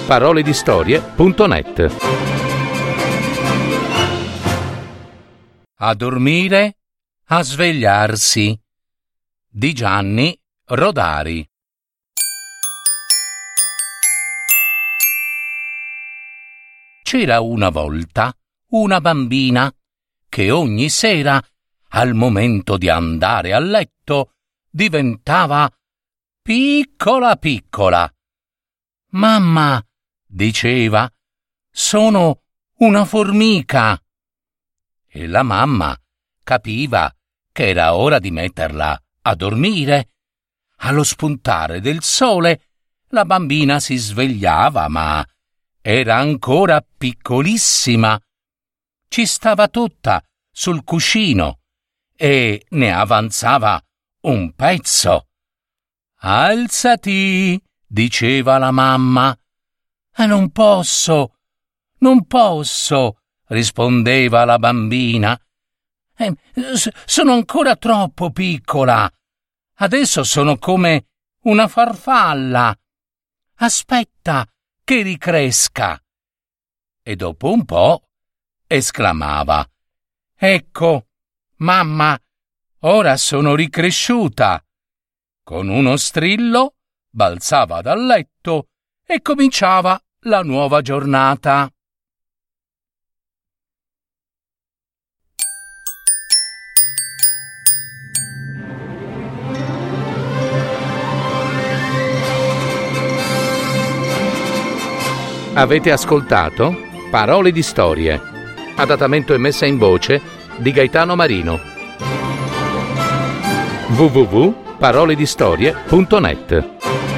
www.paroledistorie.net. A dormire, a svegliarsi, di Gianni Rodari. C'era una volta una bambina che ogni sera, al momento di andare a letto, diventava piccola piccola. «Mamma», diceva, «sono una formica». E la mamma capiva che era ora di metterla a dormire. Allo spuntare del sole la bambina si svegliava, ma era ancora piccolissima. Ci stava tutta sul cuscino e ne avanzava un pezzo. «Alzati», diceva la mamma. Non posso», rispondeva la bambina. «Sono ancora troppo piccola. Adesso sono come una farfalla. Aspetta che ricresca». E dopo un po' esclamava: «Ecco, mamma, ora sono ricresciuta». Con uno strillo balzava dal letto e cominciava la nuova giornata. Avete ascoltato Parole di Storie, adattamento e messa in voce di Gaetano Marino. www.paroledistorie.net